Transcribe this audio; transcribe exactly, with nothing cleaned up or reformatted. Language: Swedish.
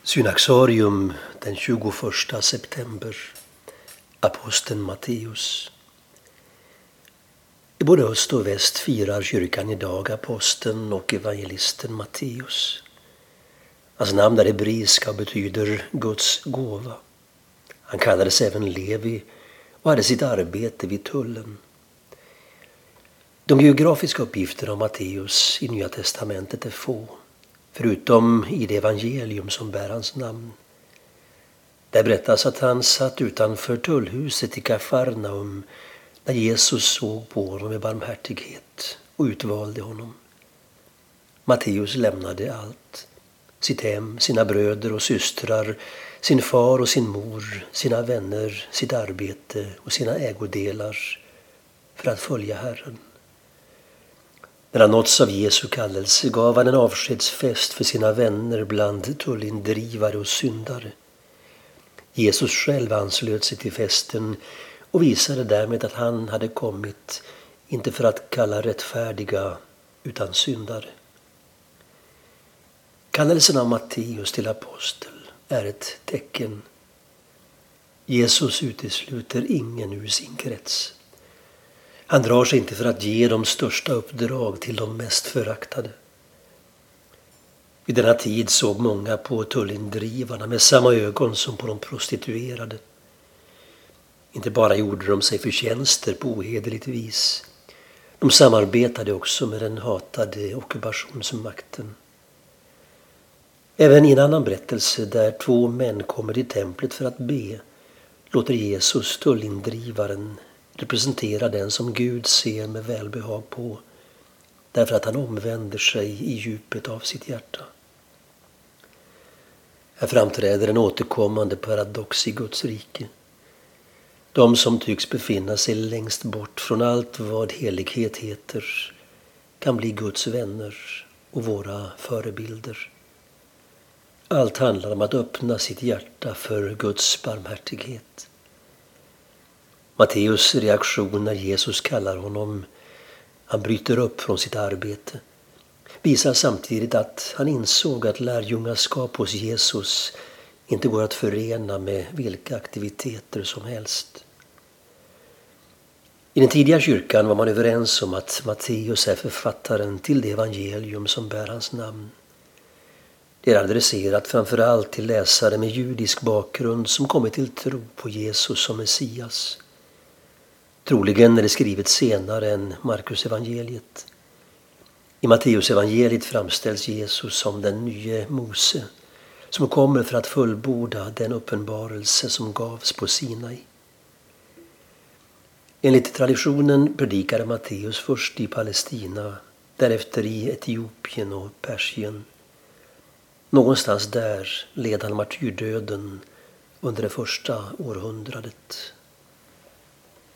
Synaxarium den tjugoförsta september. Aposteln Matteus. I både öst och väst firar kyrkan idag aposteln och evangelisten Matteus. Hans namn är hebreiska och betyder Guds gåva. Han kallades även Levi och hade sitt arbete vid tullen. De geografiska uppgifterna om Matteus i Nya testamentet är få, förutom i det evangelium som bär hans namn. Där berättas att han satt utanför tullhuset i Kafarnaum när Jesus såg på honom med barmhärtighet och utvalde honom. Matteus lämnade allt, sitt hem, sina bröder och systrar, sin far och sin mor, sina vänner, sitt arbete och sina ägodelar för att följa Herren. När han nåtts av Jesu kallelse gav han en avskedsfest för sina vänner bland tullindrivare och syndare. Jesus själv anslöt sig till festen och visade därmed att han hade kommit inte för att kalla rättfärdiga utan syndare. Kallelsen av Matteus till apostel är ett tecken. Jesus utesluter ingen ur sin krets. Han drar sig inte för att ge de största uppdrag till de mest föraktade. Vid denna tid såg många på tullindrivarna med samma ögon som på de prostituerade. Inte bara gjorde de sig förtjänster på ohederligt vis. De samarbetade också med den hatade ockupationsmakten. Även i en annan berättelse där två män kommer till templet för att be låter Jesus tullindrivaren representera den som Gud ser med välbehag på, därför att han omvänder sig i djupet av sitt hjärta. Här framträder en återkommande paradox i Guds rike. De som tycks befinna sig längst bort från allt vad helighet heter kan bli Guds vänner och våra förebilder. Allt handlar om att öppna sitt hjärta för Guds barmhärtighet. Matteus reaktion när Jesus kallar honom, han bryter upp från sitt arbete, visar samtidigt att han insåg att lärjungaskap hos Jesus inte går att förena med vilka aktiviteter som helst. I den tidiga kyrkan var man överens om att Matteus är författaren till det evangelium som bär hans namn. Det är adresserat framförallt till läsare med judisk bakgrund som kommit till tro på Jesus som Messias. Troligen är det skrivet senare än Markus evangeliet. I Matteus evangeliet framställs Jesus som den nye Mose som kommer för att fullborda den uppenbarelse som gavs på Sinai. Enligt traditionen predikade Matteus först i Palestina, därefter i Etiopien och Persien. Någonstans där led han martyrdöden under det första århundradet.